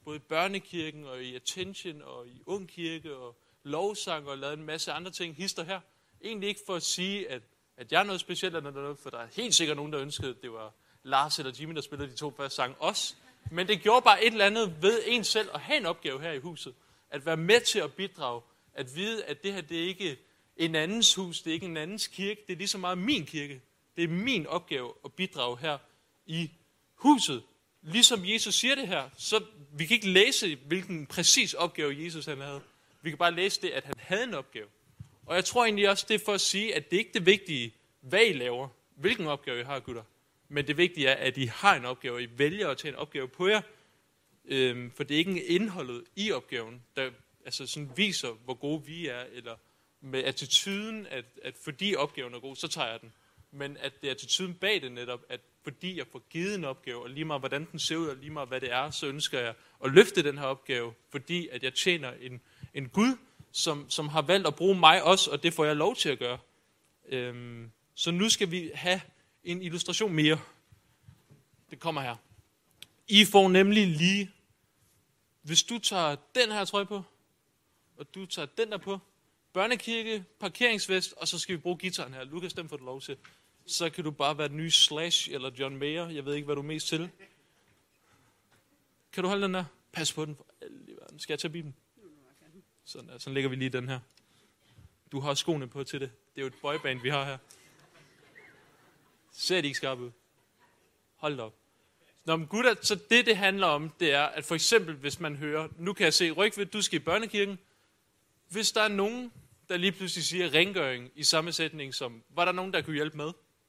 A: både i børnekirken og i Attention og i Ungkirke og lovsang og lavet en masse andre ting, hister her. Egentlig ikke for at sige, at, at jeg er noget specielt eller noget, for der er helt sikkert nogen, der ønskede, at det var Lars eller Jimmy, der spillede de to første sange også. Men det gjorde bare et eller andet ved en selv at have en opgave her i huset. At være med til at bidrage. At vide, at det her, det er ikke en andens hus, det er ikke en andens kirke, det er lige så meget min kirke. Det er min opgave at bidrage her i huset. Ligesom Jesus siger det her, så vi kan ikke læse, hvilken præcis opgave Jesus han havde. Vi kan bare læse det, at han havde en opgave. Og jeg tror egentlig også, det er for at sige, at det ikke er det vigtige, hvad I laver, hvilken opgave I har, gutter. Men det vigtige er, at I har en opgave, og I vælger at tage en opgave på jer. Øhm, for det er ikke indholdet i opgaven, der altså sådan viser, hvor gode vi er, eller med attituden, at, at fordi opgaven er god, så tager jeg den. Men at det er attituden bag det netop, at fordi jeg får givet en opgave, og lige meget hvordan den ser ud, og lige meget hvad det er, så ønsker jeg at løfte den her opgave, fordi at jeg tjener en, en Gud, som, som har valgt at bruge mig også, og det får jeg lov til at gøre. Øhm, så nu skal vi have en illustration mere. Det kommer her. I får nemlig lige, hvis du tager den her trøje på, og du tager den der på, børnekirke, parkeringsvest, og så skal vi bruge guitaren her. Lukas, dem får du lov til. Så kan du bare være den nye Slash eller John Mayer. Jeg ved ikke, hvad du er mest til. Kan du holde den der? Pas på den. Skal jeg tage bilen? Sådan der. Så lægger vi lige den her. Du har skoene på til det. Det er jo et boyband, vi har her. Ser de ikke skarpe ud? Hold da op. Nå, men gutter, så det, det handler om, det er, at for eksempel, hvis man hører, nu kan jeg se, Rygved, du skal i børnekirken. Hvis der er nogen, der lige pludselig siger rengøring i samme sætning som, var der nogen, der kunne hjælpe med?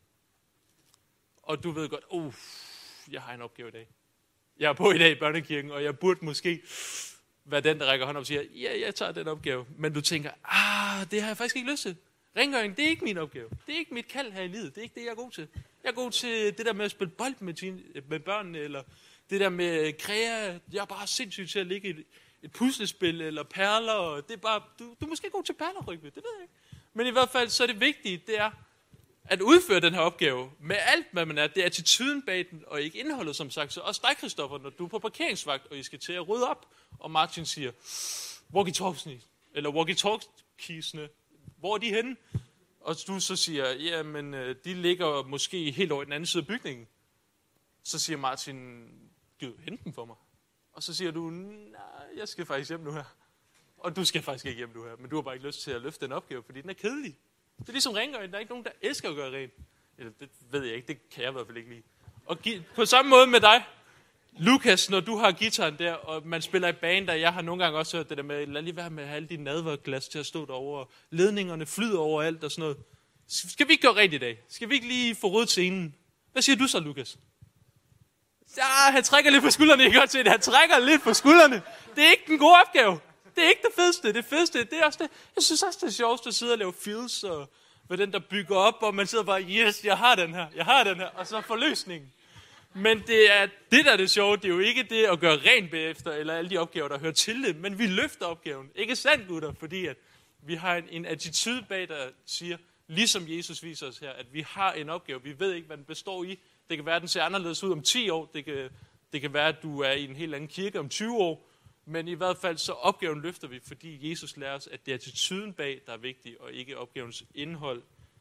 A: Og du ved godt, uh, jeg har en opgave i dag. Jeg er på i dag i børnekirken, og jeg burde måske være den, der rækker hånden op og siger, ja, jeg tager den opgave. Men du tænker, ah, det har jeg faktisk ikke lyst til. Rengøring, det er ikke min opgave. Det er ikke mit kald her i livet. Det er ikke det, jeg er god til. Jeg er god til det der med at spille bold med, teen, med børnene, eller det der med krea. Jeg er bare sindssygt til at ligge i et, et puslespil, eller perler. Og det er bare, du, du er måske god til perler, Rygve, det ved jeg ikke. Men i hvert fald, så er det vigtige, det er at udføre den her opgave med alt, hvad man er. Det er attituden bag den, og ikke indholdet, som sagt. Så også dig, Christoffer, når du er på parkeringsvagt, og I skal til at rydde op, og Martin siger, walkie-talkiesne, eller walkie-talkiesne, hvor er de henne? Og du så siger, jamen, de ligger måske helt over i den anden side af bygningen. Så siger Martin, giv hente dem for mig. Og så siger du, nej, jeg skal faktisk hjem nu her. Og du skal faktisk ikke hjem nu her, men du har bare ikke lyst til at løfte den opgave, fordi den er kedelig. Det er ligesom rengøring. Der er ikke nogen, der elsker at gøre rent. Eller det ved jeg ikke, det kan jeg i hvert fald ikke lide. Og på samme måde med dig, Lukas, når du har guitaren der, og man spiller i band, der jeg har nogle gange også hørt det der med, lad lige være med at have alle de nadverglas til at stå derovre, og ledningerne flyder overalt og sådan noget. Skal vi ikke gøre rent i dag? Skal vi ikke lige få ryddet scenen? Hvad siger du så, Lukas? Ja, han trækker lidt på skuldrene, jeg kan godt se det. Han trækker lidt på skuldrene. Det er ikke den gode opgave. Det er ikke det fedeste. Det fedeste, det er også det. Jeg synes også, det er sjovt at sidde og lave feels, og med den, der bygger op, og man sidder bare, yes, jeg har den her, jeg har den her, og så forløsningen. Men det er det, der er det sjove. Det er jo ikke det at gøre rent bagefter, eller alle de opgaver, der hører til det, men vi løfter opgaven. Ikke sandt, gutter? Fordi at vi har en, en attitude bag, der siger, ligesom Jesus viser os her, at vi har en opgave. Vi ved ikke, hvad den består i. Det kan være, at den ser anderledes ud om ti år. Det kan, det kan være, at du er i en helt anden kirke om tyve år. Men i hvert fald så opgaven løfter vi, fordi Jesus lærer os, at det er attituden bag, der er vigtig, og ikke opgavens indhold.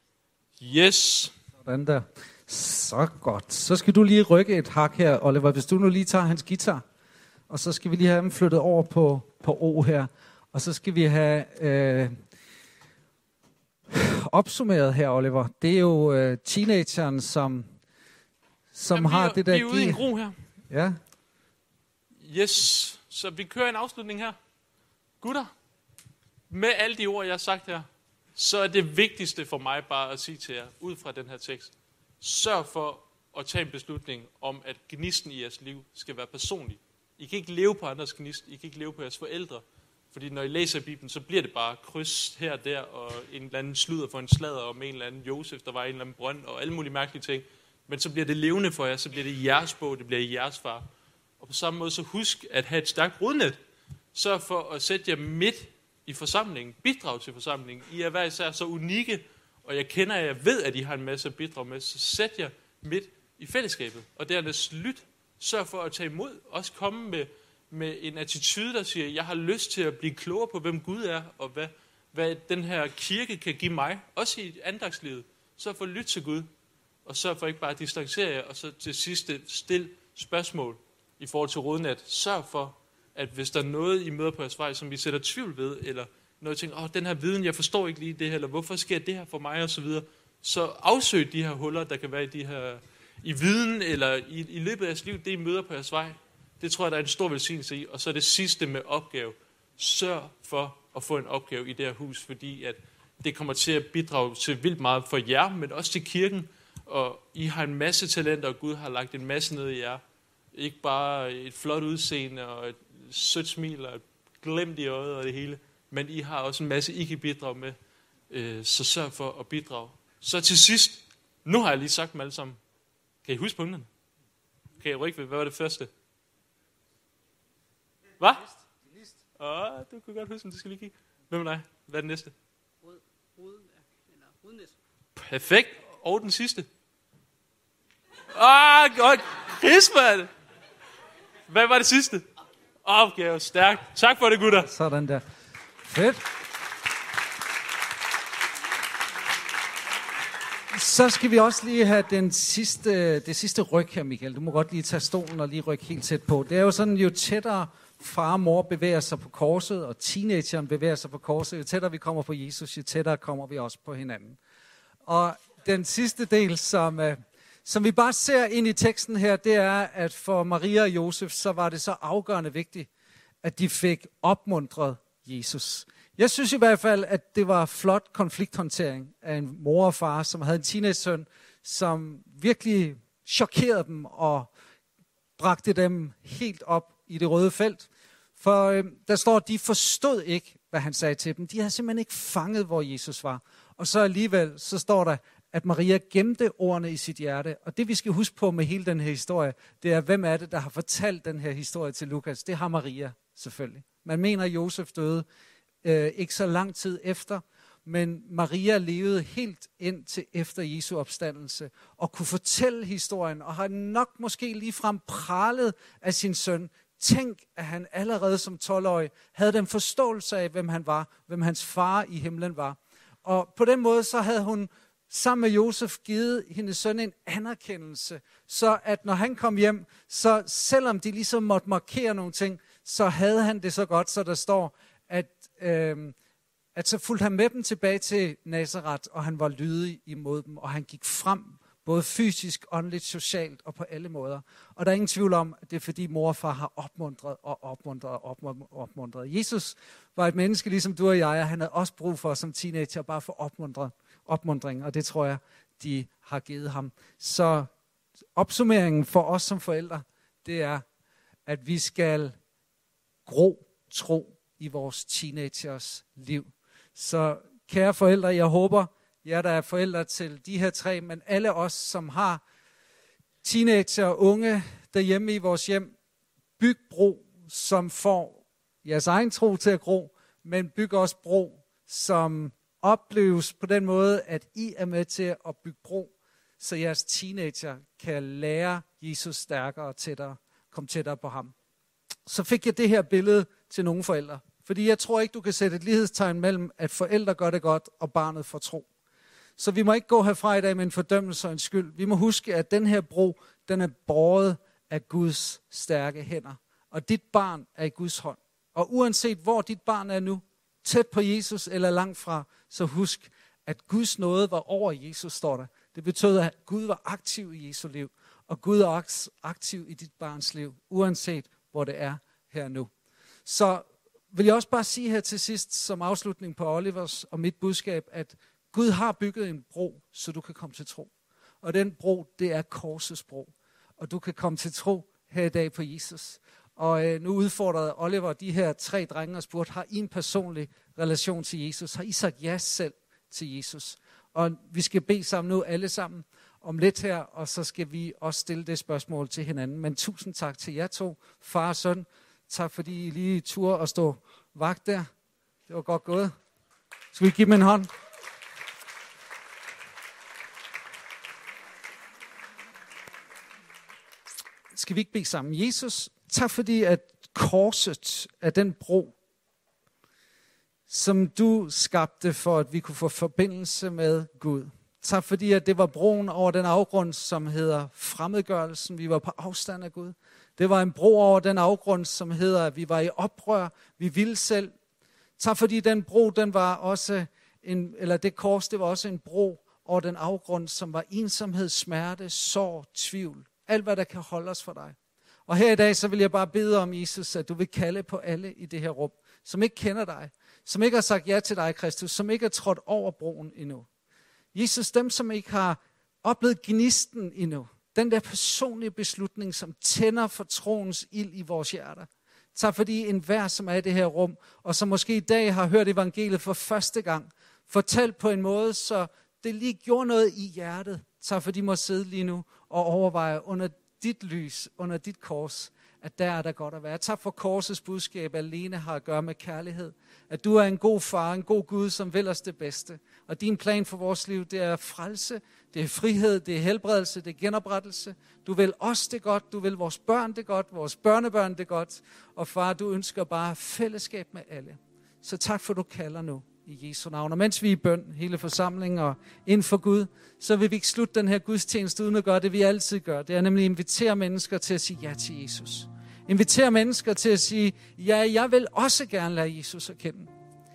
A: Yes.
B: Sådan der. Så godt. Så skal du lige rykke et hak her, Oliver, hvis du nu lige tager hans guitar. Og så skal vi lige have dem flyttet over på, på O her. Og så skal vi have øh, opsummeret her, Oliver. Det er jo øh, teenageren, som, som
A: Jamen,
B: har
A: er,
B: det der...
A: Vi er ude i en gro her.
B: Ja.
A: Yes. Så vi kører en afslutning her. Gutter, med alle de ord, jeg har sagt her, så er det vigtigste for mig bare at sige til jer, ud fra den her tekst, sørg for at tage en beslutning om, at gnisten i jeres liv skal være personlig. I kan ikke leve på andres gnist, I kan ikke leve på jeres forældre, fordi når I læser Bibelen, så bliver det bare kryds her og der, og en eller anden sludder for en sladder om en eller anden Josef, der var i en eller anden brønd, og alle mulige mærkelige ting. Men så bliver det levende for jer, så bliver det jeres bog, det bliver jeres far. Og på samme måde så husk at have et stærkt rodnet. Sørg for at sætte jer midt i forsamlingen, bidrag til forsamlingen. I er hver især så unikke, og jeg kender jer, jeg ved, at I har en masse at bidrage med, så sæt jer midt i fællesskabet. Og dernæst lyt. Sørg for at tage imod, også komme med, med en attitude, der siger, jeg har lyst til at blive klogere på, hvem Gud er, og hvad, hvad den her kirke kan give mig, også i andagslivet. Sørg for at lytte til Gud, og sørg for ikke bare at distancere jer, og så til sidste stil spørgsmål i forhold til rådnet. Sørg for, at hvis der er noget, I møder på jeres vej, som vi sætter tvivl ved, eller noget, I tænker, åh, den her viden, jeg forstår ikke lige det her, eller hvorfor sker det her for mig, og så videre, så afsøg de her huller, der kan være i de her, i viden, eller i, i løbet af jeres liv, det I møder på jeres vej. Det tror jeg, der er en stor velsignelse i. Og så er det sidste med opgave. Sørg for at få en opgave i det her hus, fordi at det kommer til at bidrage til vildt meget for jer, men også til kirken. Og I har en masse talenter, og Gud har lagt en masse ned i jer. Ikke bare et flot udseende, og et sødt smil, og et glimt i øjet og det hele. Men I har også en masse, I kan bidrage med. Så sørg for at bidrage. Så til sidst, nu har jeg lige sagt dem alle sammen. Kan I huske punkterne? Kan I rykke ved, hvad var det første? Hvad? Åh, du kunne godt huske, det skal lige kigge. Hvem er dig? Hvad er den næste?
C: Rød, rød, eller rødnæs.
A: Perfekt. Og den sidste? Åh, godt. Krigsmand. Hvad var det sidste? Opgave, stærkt. Tak for det, gutter.
B: Sådan der. Fedt. Så skal vi også lige have den sidste, det sidste ryg her, Michael. Du må godt lige tage stolen og lige rykke helt tæt på. Det er jo sådan, jo tættere far og mor bevæger sig på korset, og teenageren bevæger sig på korset, jo tættere vi kommer på Jesus, jo tættere kommer vi også på hinanden. Og den sidste del, som, øh, som vi bare ser ind i teksten her, det er, at for Maria og Josef, så var det så afgørende vigtigt, at de fik opmuntret Jesus. Jeg synes i hvert fald, at det var flot konflikthåndtering af en mor og far, som havde en teenage-søn, som virkelig chokerede dem og bragte dem helt op i det røde felt. For øh, der står, at de forstod ikke, hvad han sagde til dem. De havde simpelthen ikke fanget, hvor Jesus var. Og så alligevel, så står der, at Maria gemte ordene i sit hjerte. Og det vi skal huske på med hele den her historie, det er, hvem er det, der har fortalt den her historie til Lukas? Det har Maria selvfølgelig. Man mener, at Josef døde øh, ikke så lang tid efter, men Maria levede helt ind til efter Jesu opstandelse og kunne fortælle historien, og har nok måske ligefrem pralet af sin søn. Tænk, at han allerede som tolv-årig havde den forståelse af, hvem han var, hvem hans far i himlen var. Og på den måde så havde hun sammen med Josef givet hendes søn en anerkendelse, så at når han kom hjem, så selvom de ligesom måtte markere nogle ting, så havde han det så godt, så der står, at, øh, at så fulgte han med dem tilbage til Nazaret, og han var lydig imod dem, og han gik frem, både fysisk, åndeligt, socialt og på alle måder. Og der er ingen tvivl om, at det er fordi mor og far har opmuntret og opmuntret og opmuntret. Jesus var et menneske ligesom du og jeg, og han havde også brug for som teenager bare for opmuntret, opmuntring, og det tror jeg, de har givet ham. Så opsummeringen for os som forældre, det er, at vi skal gro tro i vores teenagers liv. Så kære forældre, jeg håber, jer der er forældre til de her tre, men alle os, som har teenager og unge derhjemme i vores hjem, byg bro, som får jeres egen tro til at gro, men byg også bro, som opleves på den måde, at I er med til at bygge bro, så jeres teenager kan lære Jesus stærkere og tættere, komme tættere på ham. Så fik jeg det her billede til nogle forældre, fordi jeg tror ikke, du kan sætte et lighedstegn mellem, at forældre gør det godt, og barnet får tro. Så vi må ikke gå herfra i dag med en fordømmelse og en skyld. Vi må huske, at den her bro, den er båret af Guds stærke hænder. Og dit barn er i Guds hånd. Og uanset hvor dit barn er nu, tæt på Jesus eller langt fra, så husk, at Guds nåde var over Jesus, står der. Det betød, at Gud var aktiv i Jesu liv. Og Gud er aktiv i dit barns liv, uanset hvor det er her nu. Så vil jeg også bare sige her til sidst, som afslutning på Olivers og mit budskab, at Gud har bygget en bro, så du kan komme til tro. Og den bro, det er korsets bro. Og du kan komme til tro her i dag på Jesus. Og øh, nu udfordrede Oliver de her tre drenge og spurgte, har I en personlig relation til Jesus? Har I sagt ja selv til Jesus? Og vi skal bede sammen nu alle sammen om lidt her, og så skal vi også stille det spørgsmål til hinanden. Men tusind tak til jer to, far og søn. Tak fordi I lige turde at stå vagt der. Det var godt gået. Skal vi give dem en hånd? Skal vi ikke bede sammen? Jesus, tak fordi, at korset er den bro, som du skabte for, at vi kunne få forbindelse med Gud. Tak fordi, at det var broen over den afgrund, som hedder fremmedgørelsen. Vi var på afstand af Gud. Det var en bro over den afgrund, som hedder, at vi var i oprør. Vi ville selv. Tak fordi den bro, den var også en, eller det kors, det var også en bro over den afgrund, som var ensomhed, smerte, sorg, tvivl. Alt, hvad der kan holde os for dig. Og her i dag, så vil jeg bare bede om, Jesus, at du vil kalde på alle i det her rum, som ikke kender dig, som ikke har sagt ja til dig, Kristus, som ikke er trådt over broen endnu. Jesus, dem som ikke har oplevet gnisten endnu, den der personlige beslutning, som tænder for troens ild i vores hjerter. Tak fordi enhver, som er i det her rum, og som måske i dag har hørt evangeliet for første gang, fortalt på en måde, så det lige gjorde noget i hjertet. Tak for de må sidde lige nu og overveje under dit lys, under dit kors, at der er der godt at være. Tak for korsets budskab alene har at gøre med kærlighed. At du er en god far, en god Gud, som vil os det bedste. Og din plan for vores liv, det er frelse, det er frihed, det er helbredelse, det er genoprettelse. Du vil os det godt, du vil vores børn det godt, vores børnebørn det godt. Og far, du ønsker bare fællesskab med alle. Så tak for, du kalder nu i Jesu navn. Og mens vi er i bøn, hele forsamlingen og inden for Gud, så vil vi ikke slutte den her gudstjeneste uden at gøre det, vi altid gør. Det er nemlig at invitere mennesker til at sige ja til Jesus. Invitere mennesker til at sige, ja, jeg vil også gerne lære Jesus at kende.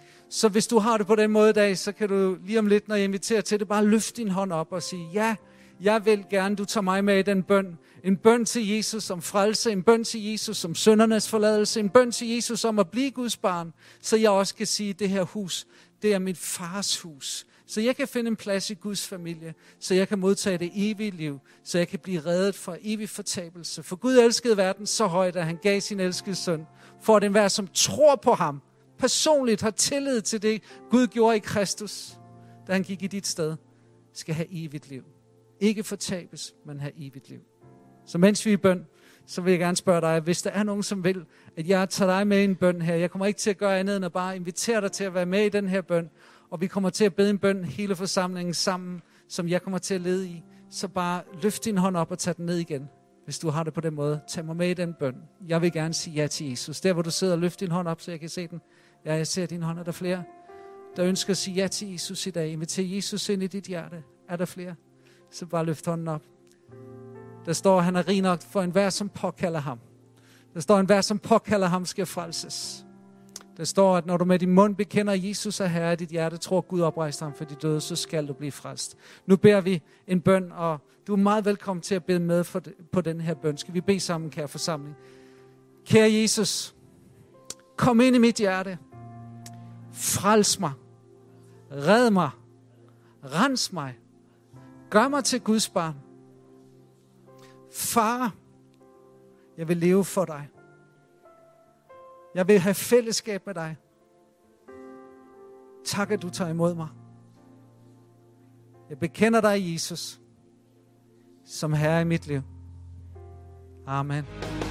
B: Så hvis du har det på den måde i dag, så kan du lige om lidt, når jeg inviterer til det, bare løfte din hånd op og sige, ja, jeg vil gerne, du tager mig med i den bøn. En bøn til Jesus om frelse, en bøn til Jesus om syndernes forladelse, en bøn til Jesus om at blive Guds barn, så jeg også kan sige, at det her hus, det er mit fars hus. Så jeg kan finde en plads i Guds familie, så jeg kan modtage det evige liv, så jeg kan blive reddet fra evig fortabelse. For Gud elskede verden så højt, at han gav sin elskede søn, for at enhver, som tror på ham, personligt har tillid til det, Gud gjorde i Kristus, da han gik i dit sted, skal have evigt liv. Ikke fortabes, men have evigt liv. Så mens vi er i bøn, så vil jeg gerne spørge dig, hvis der er nogen, som vil, at jeg tager dig med i en bøn her. Jeg kommer ikke til at gøre andet end at bare invitere dig til at være med i den her bøn. Og vi kommer til at bede en bøn hele forsamlingen sammen, som jeg kommer til at lede i. Så bare løft din hånd op og tag den ned igen. Hvis du har det på den måde, tag mig med i den bøn. Jeg vil gerne sige ja til Jesus. Der hvor du sidder, løft din hånd op, så jeg kan se den. Ja, jeg ser din hånd. Er der flere, der ønsker at sige ja til Jesus i dag? Inviter Jesus ind i dit hjerte. Er der flere? Så bare løft hånden op. Der står, han er rig nok for enhver, som påkalder ham. Der står, enhver, som påkalder ham, skal frelses. Der står, at når du med din mund bekender Jesus er Herre, dit hjerte tror, Gud oprejste ham for de døde, så skal du blive frelst. Nu beder vi en bøn, og du er meget velkommen til at bede med for det, på den her bøn. Skal vi bede sammen, kære forsamling? Kære Jesus, kom ind i mit hjerte. Frels mig. Red mig. Rens mig. Gør mig til Guds barn. Far, jeg vil leve for dig. Jeg vil have fællesskab med dig. Tak, at du tager imod mig. Jeg bekender dig, Jesus, som Herre i mit liv. Amen.